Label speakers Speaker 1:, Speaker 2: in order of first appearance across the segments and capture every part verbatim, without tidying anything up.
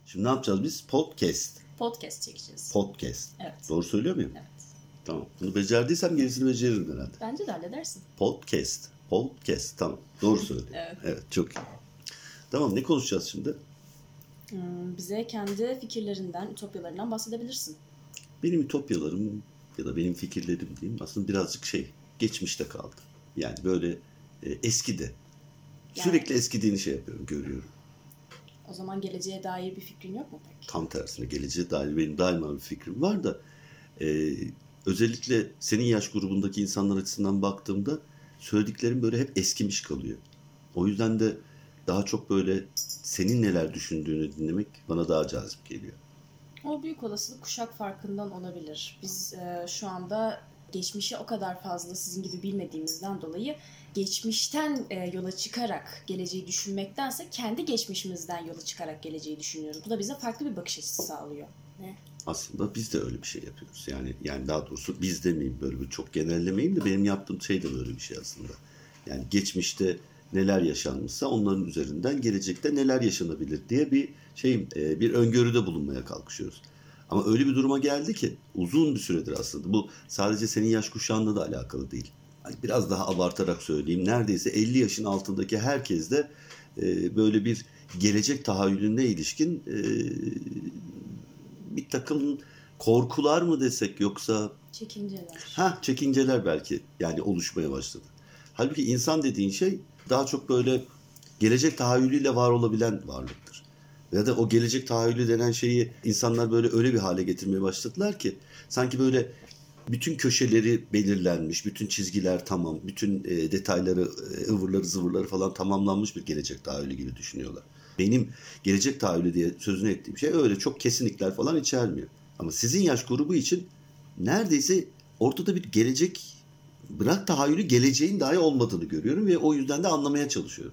Speaker 1: Şimdi ne yapacağız biz? Podcast.
Speaker 2: Podcast çekeceğiz.
Speaker 1: Podcast.
Speaker 2: Evet.
Speaker 1: Doğru söylüyor muyum?
Speaker 2: Evet.
Speaker 1: Tamam. Bunu becerdiysem gerisini beceririm herhalde.
Speaker 2: Bence de halledersin.
Speaker 1: Podcast. Podcast. Tamam. Doğru söyledin.
Speaker 2: Evet.
Speaker 1: Evet. Çok iyi. Tamam. Ne konuşacağız şimdi?
Speaker 2: Hmm, bize kendi fikirlerinden, ütopyalarından bahsedebilirsin.
Speaker 1: Benim ütopyalarım ya da benim fikirlerim diyeyim aslında birazcık şey geçmişte kaldı. Yani böyle e, eskidi.
Speaker 2: Yani-
Speaker 1: Sürekli eskidiğini şey yapıyorum, görüyorum.
Speaker 2: O zaman geleceğe dair bir fikrin yok mu peki?
Speaker 1: Tam tersine geleceğe dair benim daima bir fikrim var da e, özellikle senin yaş grubundaki insanlar açısından baktığımda söylediklerim böyle hep eskimiş kalıyor. O yüzden de daha çok böyle senin neler düşündüğünü dinlemek bana daha cazip geliyor.
Speaker 2: O büyük olasılık kuşak farkından olabilir. Biz e, şu anda geçmişi o kadar fazla sizin gibi bilmediğimizden dolayı geçmişten e, yola çıkarak geleceği düşünmektense kendi geçmişimizden yola çıkarak geleceği düşünüyoruz. Bu da bize farklı bir bakış açısı sağlıyor. Ne?
Speaker 1: Aslında biz de öyle bir şey yapıyoruz. Yani yani daha doğrusu biz demeyeyim, böyle bir çok genellemeyeyim de benim yaptığım şey de böyle bir şey aslında. Yani geçmişte neler yaşanmışsa onların üzerinden gelecekte neler yaşanabilir diye bir şeyim e, bir öngörüde bulunmaya kalkışıyoruz. Ama öyle bir duruma geldi ki uzun bir süredir aslında bu sadece senin yaş kuşağınla da alakalı değil. Hani biraz daha abartarak söyleyeyim, neredeyse elli yaşın altındaki herkes de e, böyle bir gelecek tahayyülüne ilişkin e, bir takım korkular mı desek yoksa
Speaker 2: Çekinceler.
Speaker 1: ha çekinceler belki yani oluşmaya başladı. Halbuki insan dediğin şey daha çok böyle gelecek tahayyülüyle var olabilen varlıktır. Ya da o gelecek tahayyülü denen şeyi insanlar böyle öyle bir hale getirmeye başladılar ki sanki böyle bütün köşeleri belirlenmiş, bütün çizgiler tamam, bütün e, detayları, e, ıvırları zıvırları falan tamamlanmış bir gelecek tahayyülü gibi düşünüyorlar. Benim gelecek tahayyülü diye sözünü ettiğim şey öyle çok kesinlikler falan içermiyor. Ama sizin yaş grubu için neredeyse ortada bir gelecek, bırak tahayyülü, geleceğin dahi olmadığını görüyorum ve o yüzden de anlamaya çalışıyorum.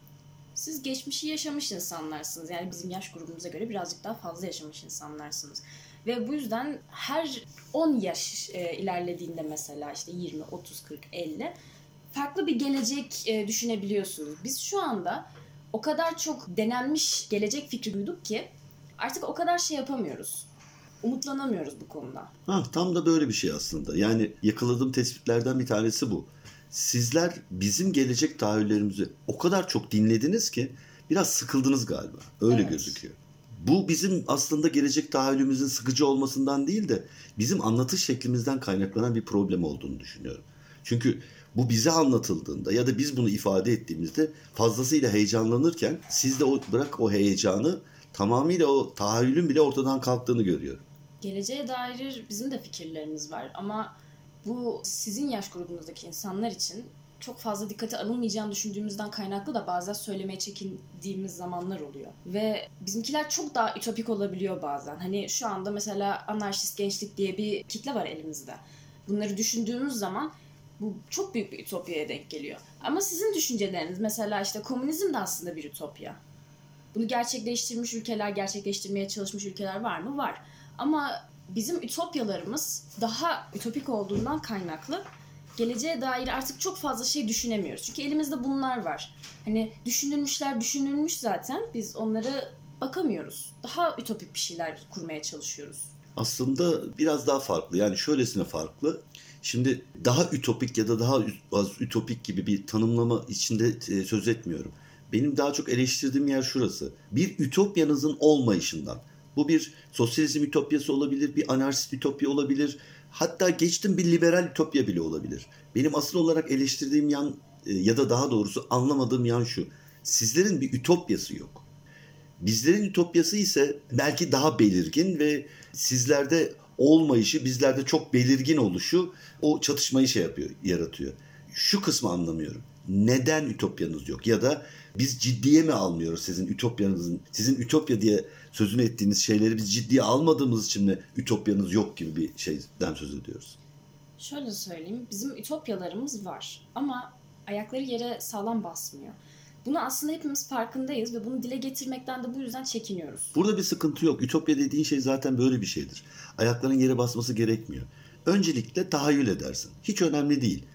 Speaker 2: Siz geçmişi yaşamış insanlarsınız. Yani bizim yaş grubumuza göre birazcık daha fazla yaşamış insanlarsınız. Ve bu yüzden her on yaş e, ilerlediğinde mesela işte yirmi, otuz, kırk, elli farklı bir gelecek e, düşünebiliyorsunuz. Biz şu anda o kadar çok denenmiş gelecek fikri duyduk ki artık o kadar şey yapamıyoruz. Umutlanamıyoruz bu konuda.
Speaker 1: Ha, tam da böyle bir şey aslında. Yani yakaladığım tespitlerden bir tanesi bu. Sizler bizim gelecek tahayyüllerimizi o kadar çok dinlediniz ki biraz sıkıldınız galiba. Öyle
Speaker 2: Evet.
Speaker 1: gözüküyor. Bu bizim aslında gelecek tahayyülümüzün sıkıcı olmasından değil de bizim anlatış şeklimizden kaynaklanan bir problem olduğunu düşünüyorum. Çünkü bu bize anlatıldığında ya da biz bunu ifade ettiğimizde fazlasıyla heyecanlanırken siz de o, bırak o heyecanı, tamamıyla o tahayyülün bile ortadan kalktığını görüyorum.
Speaker 2: Geleceğe dair bizim de fikirlerimiz var ama bu sizin yaş grubunuzdaki insanlar için çok fazla dikkate alınmayacağını düşündüğümüzden kaynaklı da bazen söylemeye çekindiğimiz zamanlar oluyor. Ve bizimkiler çok daha ütopik olabiliyor bazen. Hani şu anda mesela anarşist gençlik diye bir kitle var elimizde. Bunları düşündüğümüz zaman bu çok büyük bir ütopyaya denk geliyor. Ama sizin düşünceleriniz mesela işte komünizm de aslında bir ütopya. Bunu gerçekleştirmiş ülkeler, gerçekleştirmeye çalışmış ülkeler var mı? Var. Ama bizim ütopyalarımız daha ütopik olduğundan kaynaklı geleceğe dair artık çok fazla şey düşünemiyoruz. Çünkü elimizde bunlar var. Hani düşünülmüşler düşünülmüş zaten. Biz onlara bakamıyoruz. Daha ütopik bir şeyler kurmaya çalışıyoruz.
Speaker 1: Aslında biraz daha farklı. Yani şöylesine farklı. Şimdi daha ütopik ya da daha az ütopik gibi bir tanımlama içinde söz etmiyorum. Benim daha çok eleştirdiğim yer şurası. Bir ütopyanızın olmayışından. Bu bir sosyalizm ütopyası olabilir, bir anarşist ütopya olabilir. Hatta geçtim bir liberal ütopya bile olabilir. Benim asıl olarak eleştirdiğim yan ya da daha doğrusu anlamadığım yan şu. Sizlerin bir ütopyası yok. Bizlerin ütopyası ise belki daha belirgin ve sizlerde olmayışı, bizlerde çok belirgin oluşu o çatışmayı şey yapıyor, yaratıyor. Şu kısmı anlamıyorum. Neden ütopyanız yok? Ya da biz ciddiye mi almıyoruz sizin ütopyanızın, sizin ütopya diye sözünü ettiğiniz şeyleri biz ciddiye almadığımız için mi ütopyanız yok gibi bir şeyden söz ediyoruz?
Speaker 2: Şöyle söyleyeyim, bizim ütopyalarımız var ama ayakları yere sağlam basmıyor. Bunu aslında hepimiz farkındayız ve bunu dile getirmekten de bu yüzden çekiniyoruz.
Speaker 1: Burada bir sıkıntı yok. Ütopya dediğin şey zaten böyle bir şeydir. Ayakların yere basması gerekmiyor. Öncelikle tahayyül edersin. Hiç önemli değil.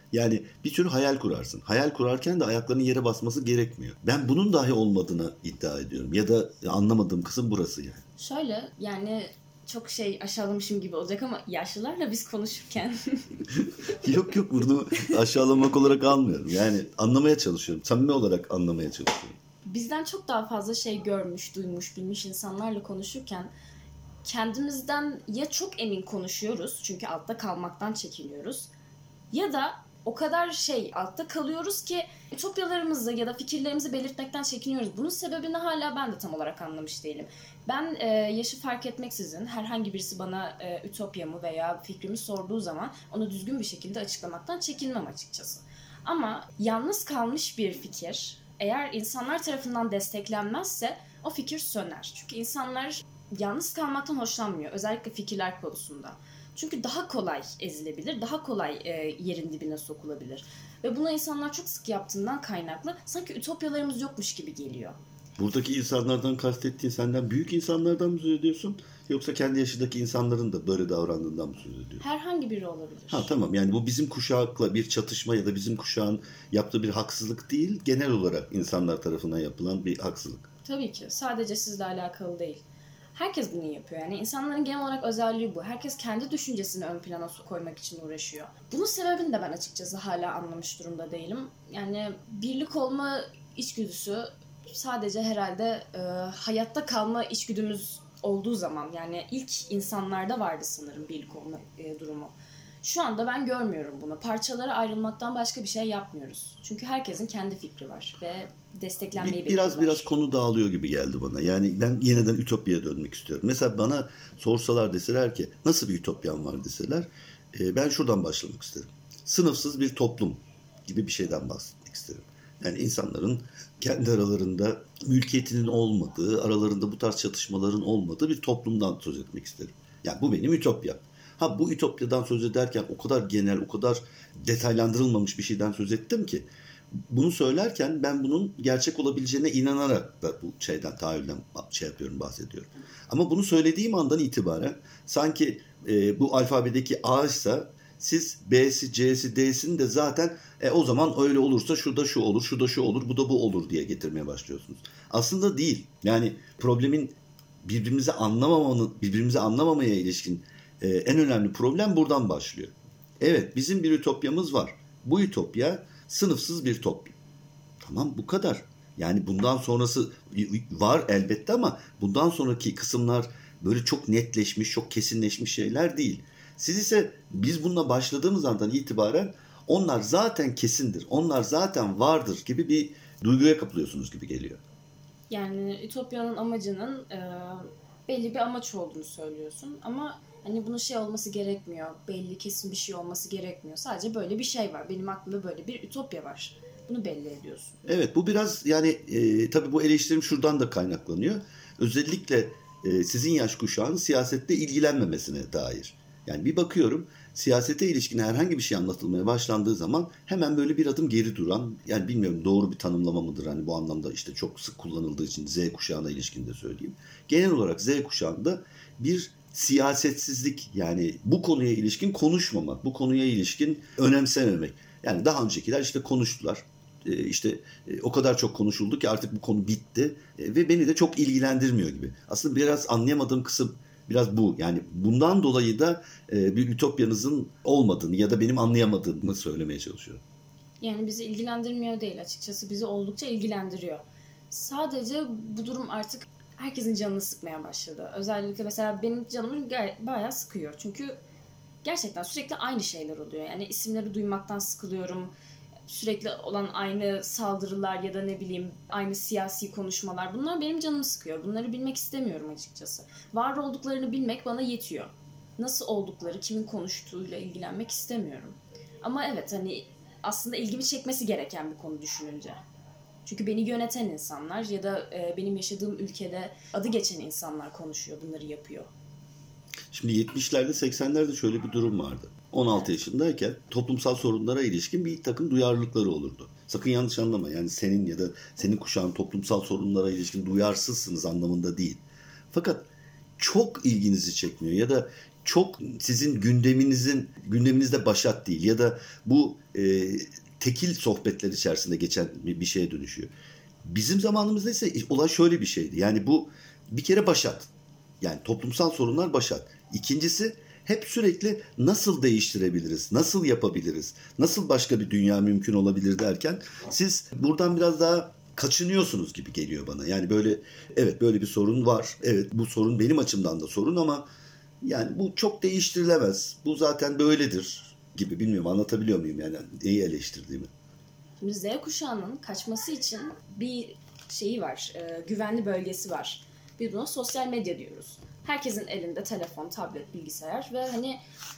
Speaker 1: Yani bir tür hayal kurarsın. Hayal kurarken de ayaklarının yere basması gerekmiyor. Ben bunun dahi olmadığını iddia ediyorum. Ya da anlamadığım kısım burası yani.
Speaker 2: Şöyle yani çok şey aşağılamışım gibi olacak ama yaşlılarla biz konuşurken
Speaker 1: Yok yok, bunu aşağılamak olarak almıyorum. Yani anlamaya çalışıyorum. Samimi olarak anlamaya çalışıyorum.
Speaker 2: bizden çok daha fazla şey görmüş, duymuş, bilmiş insanlarla konuşurken kendimizden ya çok emin konuşuyoruz çünkü altta kalmaktan çekiniyoruz ya da o kadar şey altta kalıyoruz ki ütopyalarımızı ya da fikirlerimizi belirtmekten çekiniyoruz. Bunun sebebini hala ben de tam olarak anlamış değilim. Ben e, yaşı fark etmeksizin herhangi birisi bana e, ütopyamı veya fikrimi sorduğu zaman onu düzgün bir şekilde açıklamaktan çekinmem açıkçası. Ama yalnız kalmış bir fikir eğer insanlar tarafından desteklenmezse o fikir söner. Çünkü insanlar yalnız kalmaktan hoşlanmıyor. Özellikle fikirler konusunda. Çünkü daha kolay ezilebilir, daha kolay e, yerin dibine sokulabilir. Ve bunu insanlar çok sık yaptığından kaynaklı sanki ütopyalarımız yokmuş gibi geliyor.
Speaker 1: Buradaki insanlardan kastettiğin senden büyük insanlardan mı söz ediyorsun? Yoksa kendi yaşındaki insanların da böyle davrandığından mı söz ediyorsun?
Speaker 2: Herhangi biri olabilir.
Speaker 1: Ha tamam, yani bu bizim kuşakla bir çatışma ya da bizim kuşağın yaptığı bir haksızlık değil. Genel olarak insanlar tarafından yapılan bir haksızlık.
Speaker 2: Tabii ki. Sadece sizle alakalı değil. Herkes bunu yapıyor. Yani insanların genel olarak özelliği bu. Herkes kendi düşüncesini ön plana koymak için uğraşıyor. Bunun sebebini de ben açıkçası hala anlamış durumda değilim. Yani birlik olma içgüdüsü sadece herhalde e, hayatta kalma içgüdümüz olduğu zaman, yani ilk insanlarda vardı sanırım birlik olma e, durumu. Şu anda ben görmüyorum bunu. Parçalara ayrılmaktan başka bir şey yapmıyoruz. Çünkü herkesin kendi fikri var ve desteklenmeyi
Speaker 1: Bir,
Speaker 2: bekliyorlar.
Speaker 1: biraz biraz konu dağılıyor gibi geldi bana. Yani ben yeniden Ütopya'ya dönmek istiyorum. Mesela bana sorsalar, deseler ki nasıl bir Ütopyan var deseler, e, ben şuradan başlamak isterim. Sınıfsız bir toplum gibi bir şeyden bahsetmek isterim. Yani insanların kendi aralarında mülkiyetinin olmadığı, aralarında bu tarz çatışmaların olmadığı bir toplumdan söz etmek isterim. Yani bu benim Ütopyam. Ha, bu Ütopya'dan söz ederken o kadar genel, o kadar detaylandırılmamış bir şeyden söz ettim ki bunu söylerken ben bunun gerçek olabileceğine inanarak da bu şeyden, tahayyülden şey yapıyorum, bahsediyorum. Ama bunu söylediğim andan itibaren sanki e, bu alfabedeki A ise siz B'si, C'si, D'sini de zaten e, o zaman öyle olursa şu da şu olur, şu da şu olur, bu da bu olur diye getirmeye başlıyorsunuz. Aslında değil. Yani problemin birbirimizi anlamamanın, birbirimizi anlamamaya ilişkin e, en önemli problem buradan başlıyor. Evet, bizim bir ütopyamız var. Bu ütopya sınıfsız bir toplum. Tamam, bu kadar. Yani bundan sonrası var elbette ama bundan sonraki kısımlar böyle çok netleşmiş, çok kesinleşmiş şeyler değil. Siz ise biz bununla başladığımız andan itibaren onlar zaten kesindir, onlar zaten vardır gibi bir duyguya kapılıyorsunuz gibi geliyor.
Speaker 2: Yani Ütopya'nın amacının e, belli bir amaç olduğunu söylüyorsun ama hani bunun şey olması gerekmiyor, belli kesin bir şey olması gerekmiyor. Sadece böyle bir şey var, benim aklımda böyle bir Ütopya var. Bunu belli ediyorsun.
Speaker 1: Evet, bu biraz yani e, tabii bu eleştirim şuradan da kaynaklanıyor. Özellikle e, sizin yaş kuşağının siyasette ilgilenmemesine dair. Yani bir bakıyorum, siyasete ilişkin herhangi bir şey anlatılmaya başlandığı zaman hemen böyle bir adım geri duran, yani bilmiyorum doğru bir tanımlama mıdır hani bu anlamda, işte çok sık kullanıldığı için Z kuşağına ilişkin de söyleyeyim. Genel olarak Z kuşağında bir siyasetsizlik, yani bu konuya ilişkin konuşmamak, bu konuya ilişkin önemsememek. Yani daha öncekiler işte konuştular. İşte o kadar çok konuşuldu ki artık bu konu bitti ve beni de çok ilgilendirmiyor gibi. Aslında biraz anlayamadığım kısım biraz bu. Yani bundan dolayı da bir ütopyanızın olmadığını ya da benim anlayamadığımı söylemeye çalışıyorum.
Speaker 2: Yani bizi ilgilendirmiyor değil, açıkçası bizi oldukça ilgilendiriyor. Sadece bu durum artık herkesin canını sıkmaya başladı. Özellikle mesela benim canımı bayağı sıkıyor. Çünkü gerçekten sürekli aynı şeyler oluyor. Yani isimleri duymaktan sıkılıyorum. Sürekli olan aynı saldırılar ya da ne bileyim aynı siyasi konuşmalar. Bunlar benim canımı sıkıyor. Bunları bilmek istemiyorum açıkçası. Var olduklarını bilmek bana yetiyor. Nasıl oldukları, kimin konuştuğuyla ilgilenmek istemiyorum. Ama evet, hani aslında ilgimi çekmesi gereken bir konu düşününce. Çünkü beni yöneten insanlar ya da e, benim yaşadığım ülkede adı geçen insanlar konuşuyor, bunları yapıyor.
Speaker 1: Şimdi yetmişlerde seksenlerde şöyle bir durum vardı. on altı yaşındayken toplumsal sorunlara ilişkin bir takım duyarlılıkları olurdu. Sakın yanlış anlama, yani senin ya da senin kuşağın toplumsal sorunlara ilişkin duyarsızsınız anlamında değil. Fakat çok ilginizi çekmiyor ya da çok sizin gündeminizin gündeminizde başat değil ya da bu e, tekil sohbetler içerisinde geçen bir, bir şeye dönüşüyor. Bizim zamanımızda ise olay şöyle bir şeydi. Yani bu bir kere başat. Yani toplumsal sorunlar başat. İkincisi hep sürekli nasıl değiştirebiliriz, nasıl yapabiliriz, nasıl başka bir dünya mümkün olabilir derken siz buradan biraz daha kaçınıyorsunuz gibi geliyor bana. Yani böyle evet böyle bir sorun var. Evet bu sorun benim açımdan da sorun ama yani bu çok değiştirilemez. Bu zaten böyledir gibi, bilmiyorum anlatabiliyor muyum yani neyi eleştirdiğimi.
Speaker 2: Şimdi Z kuşağının kaçması için bir şeyi var, e, güvenli bölgesi var. Biz buna sosyal medya diyoruz. Herkesin elinde telefon, tablet, bilgisayar ve hani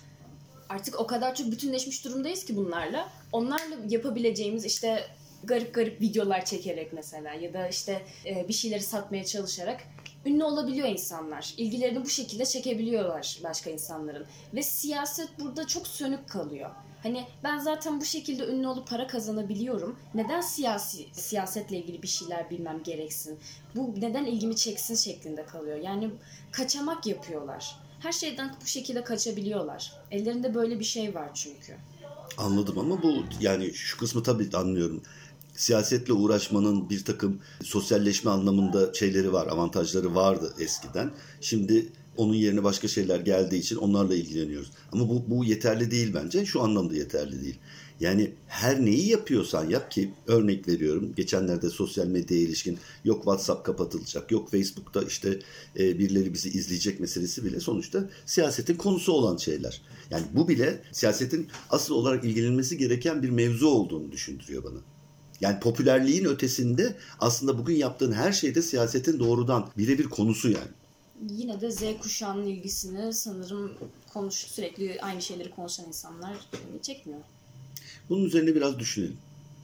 Speaker 2: artık o kadar çok bütünleşmiş durumdayız ki bunlarla. Onlarla yapabileceğimiz işte garip garip videolar çekerek mesela ya da işte e, bir şeyleri satmaya çalışarak ünlü olabiliyor insanlar. İlgilerini bu şekilde çekebiliyorlar başka insanların. Ve siyaset burada çok sönük kalıyor. Hani ben zaten bu şekilde ünlü olup para kazanabiliyorum. Neden siyasi siyasetle ilgili bir şeyler bilmem gereksin? Bu neden ilgimi çeksin şeklinde kalıyor. Yani kaçamak yapıyorlar. Her şeyden bu şekilde kaçabiliyorlar. Ellerinde böyle bir şey var çünkü.
Speaker 1: Anladım ama bu yani şu kısmı tabii anlıyorum. Siyasetle uğraşmanın bir takım sosyalleşme anlamında şeyleri var, avantajları vardı eskiden. Şimdi onun yerine başka şeyler geldiği için onlarla ilgileniyoruz. Ama bu, bu yeterli değil bence. Şu anlamda yeterli değil. Yani her neyi yapıyorsan yap ki, örnek veriyorum. Geçenlerde sosyal medyaya ilişkin yok WhatsApp kapatılacak, yok Facebook'ta işte e, birileri bizi izleyecek meselesi bile sonuçta siyasetin konusu olan şeyler. Yani bu bile siyasetin asıl olarak ilgilenilmesi gereken bir mevzu olduğunu düşündürüyor bana. Yani popülerliğin ötesinde aslında bugün yaptığın her şeyde siyasetin doğrudan birebir konusu yani.
Speaker 2: Yine de Z kuşağının ilgisini sanırım konuş sürekli aynı şeyleri konuşan insanlar çekmiyor.
Speaker 1: Bunun üzerine biraz düşünelim.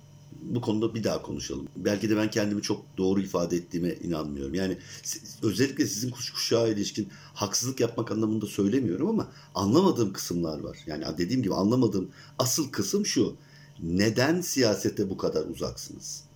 Speaker 1: Bu konuda bir daha konuşalım. Belki de ben kendimi çok doğru ifade ettiğime inanmıyorum. Yani özellikle sizin kuşağa ilişkin haksızlık yapmak anlamında söylemiyorum ama anlamadığım kısımlar var. Yani dediğim gibi anlamadığım asıl kısım şu: neden siyasete bu kadar uzaksınız?